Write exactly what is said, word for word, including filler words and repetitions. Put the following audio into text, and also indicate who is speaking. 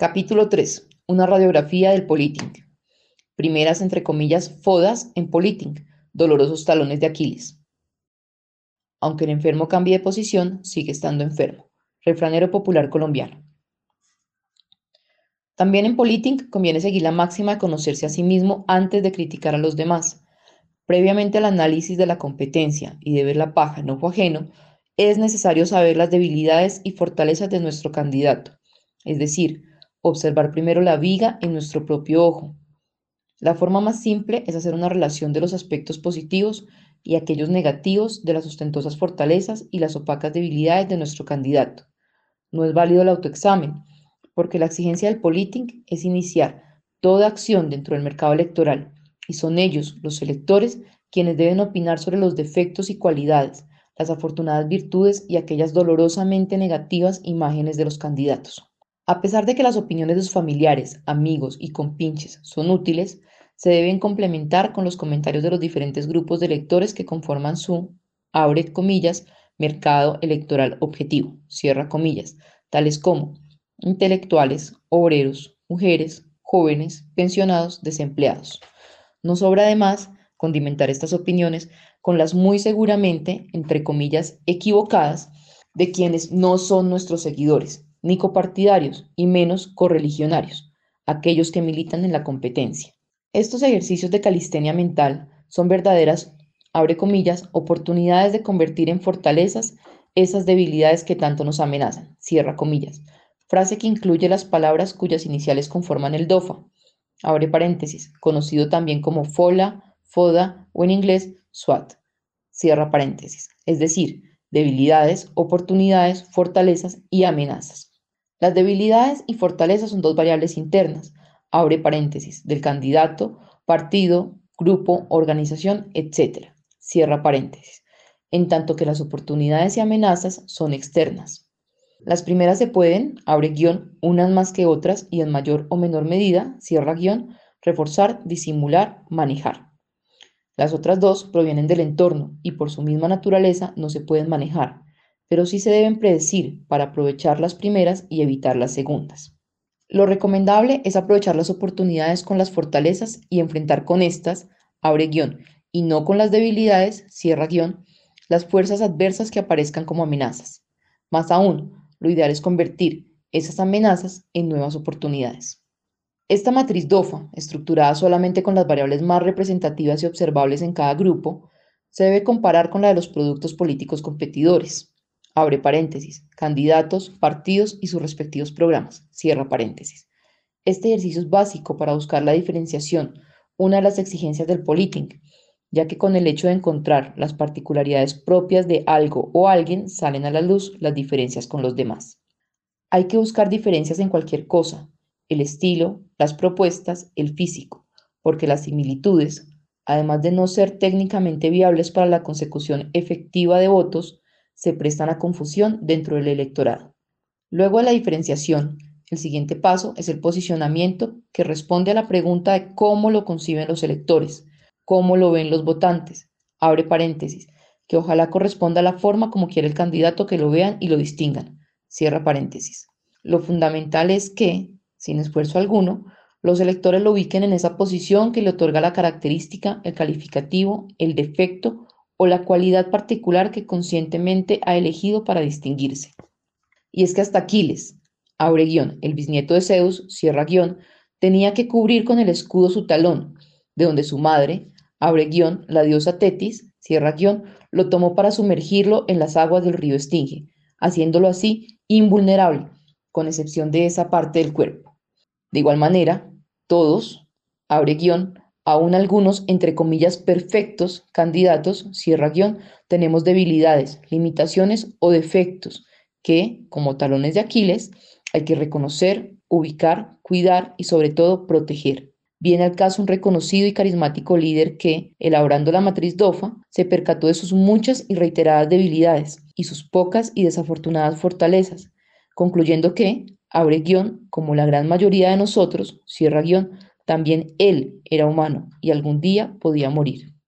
Speaker 1: Capítulo tres. Una radiografía del Politing. Primeras, entre comillas, fodas en Politing. Dolorosos talones de Aquiles. Aunque el enfermo cambie de posición, sigue estando enfermo. Refranero popular colombiano. También en Politing conviene seguir la máxima de conocerse a sí mismo antes de criticar a los demás. Previamente al análisis de la competencia y de ver la paja en ojo ajeno, es necesario saber las debilidades y fortalezas de nuestro candidato, es decir, observar primero la viga en nuestro propio ojo. La forma más simple es hacer una relación de los aspectos positivos y aquellos negativos de las ostentosas fortalezas y las opacas debilidades de nuestro candidato. No es válido el autoexamen, porque la exigencia del politing es iniciar toda acción dentro del mercado electoral, y son ellos, los electores, quienes deben opinar sobre los defectos y cualidades, las afortunadas virtudes y aquellas dolorosamente negativas imágenes de los candidatos. A pesar de que las opiniones de sus familiares, amigos y compinches son útiles, se deben complementar con los comentarios de los diferentes grupos de electores que conforman su, abre comillas, mercado electoral objetivo, cierra comillas, tales como intelectuales, obreros, mujeres, jóvenes, pensionados, desempleados. No sobra además condimentar estas opiniones con las muy seguramente, entre comillas, equivocadas de quienes no son nuestros seguidores, ni copartidarios y menos correligionarios, aquellos que militan en la competencia. Estos ejercicios de calistenia mental son verdaderas, abre comillas, oportunidades de convertir en fortalezas esas debilidades que tanto nos amenazan, cierra comillas, frase que incluye las palabras cuyas iniciales conforman el DOFA, abre paréntesis, conocido también como FOLA, FODA o en inglés SWOT, cierra paréntesis, es decir, debilidades, oportunidades, fortalezas y amenazas. Las debilidades y fortalezas son dos variables internas, abre paréntesis, del candidato, partido, grupo, organización, etcétera, cierra paréntesis, en tanto que las oportunidades y amenazas son externas. Las primeras se pueden, abre guión, unas más que otras y en mayor o menor medida, cierra guión, reforzar, disimular, manejar. Las otras dos provienen del entorno y por su misma naturaleza no se pueden manejar, pero sí se deben predecir para aprovechar las primeras y evitar las segundas. Lo recomendable es aprovechar las oportunidades con las fortalezas y enfrentar con estas, abre guión, y no con las debilidades, cierra guión, las fuerzas adversas que aparezcan como amenazas. Más aún, lo ideal es convertir esas amenazas en nuevas oportunidades. Esta matriz DOFA, estructurada solamente con las variables más representativas y observables en cada grupo, se debe comparar con la de los productos políticos competidores. Abre paréntesis, candidatos, partidos y sus respectivos programas. Cierra paréntesis. Este ejercicio es básico para buscar la diferenciación, una de las exigencias del politing, ya que con el hecho de encontrar las particularidades propias de algo o alguien salen a la luz las diferencias con los demás. Hay que buscar diferencias en cualquier cosa, el estilo, las propuestas, el físico, porque las similitudes, además de no ser técnicamente viables para la consecución efectiva de votos, se prestan a confusión dentro del electorado. Luego de la diferenciación, el siguiente paso es el posicionamiento que responde a la pregunta de cómo lo conciben los electores, cómo lo ven los votantes, abre paréntesis, que ojalá corresponda a la forma como quiere el candidato que lo vean y lo distingan, cierra paréntesis. Lo fundamental es que, sin esfuerzo alguno, los electores lo ubiquen en esa posición que le otorga la característica, el calificativo, el defecto o la cualidad particular que conscientemente ha elegido para distinguirse. Y es que hasta Aquiles, abre guión, el bisnieto de Zeus, cierra guión, tenía que cubrir con el escudo su talón, de donde su madre, abre guión, la diosa Tetis, cierra guión, lo tomó para sumergirlo en las aguas del río Estinge, haciéndolo así invulnerable, con excepción de esa parte del cuerpo. De igual manera, todos, abre guión, aún algunos, entre comillas, perfectos candidatos, cierra guión, tenemos debilidades, limitaciones o defectos que, como talones de Aquiles, hay que reconocer, ubicar, cuidar y sobre todo proteger. Viene al caso un reconocido y carismático líder que, elaborando la matriz DOFA, se percató de sus muchas y reiteradas debilidades y sus pocas y desafortunadas fortalezas, concluyendo que, abre guión, como la gran mayoría de nosotros, cierra guión, también él era humano y algún día podía morir.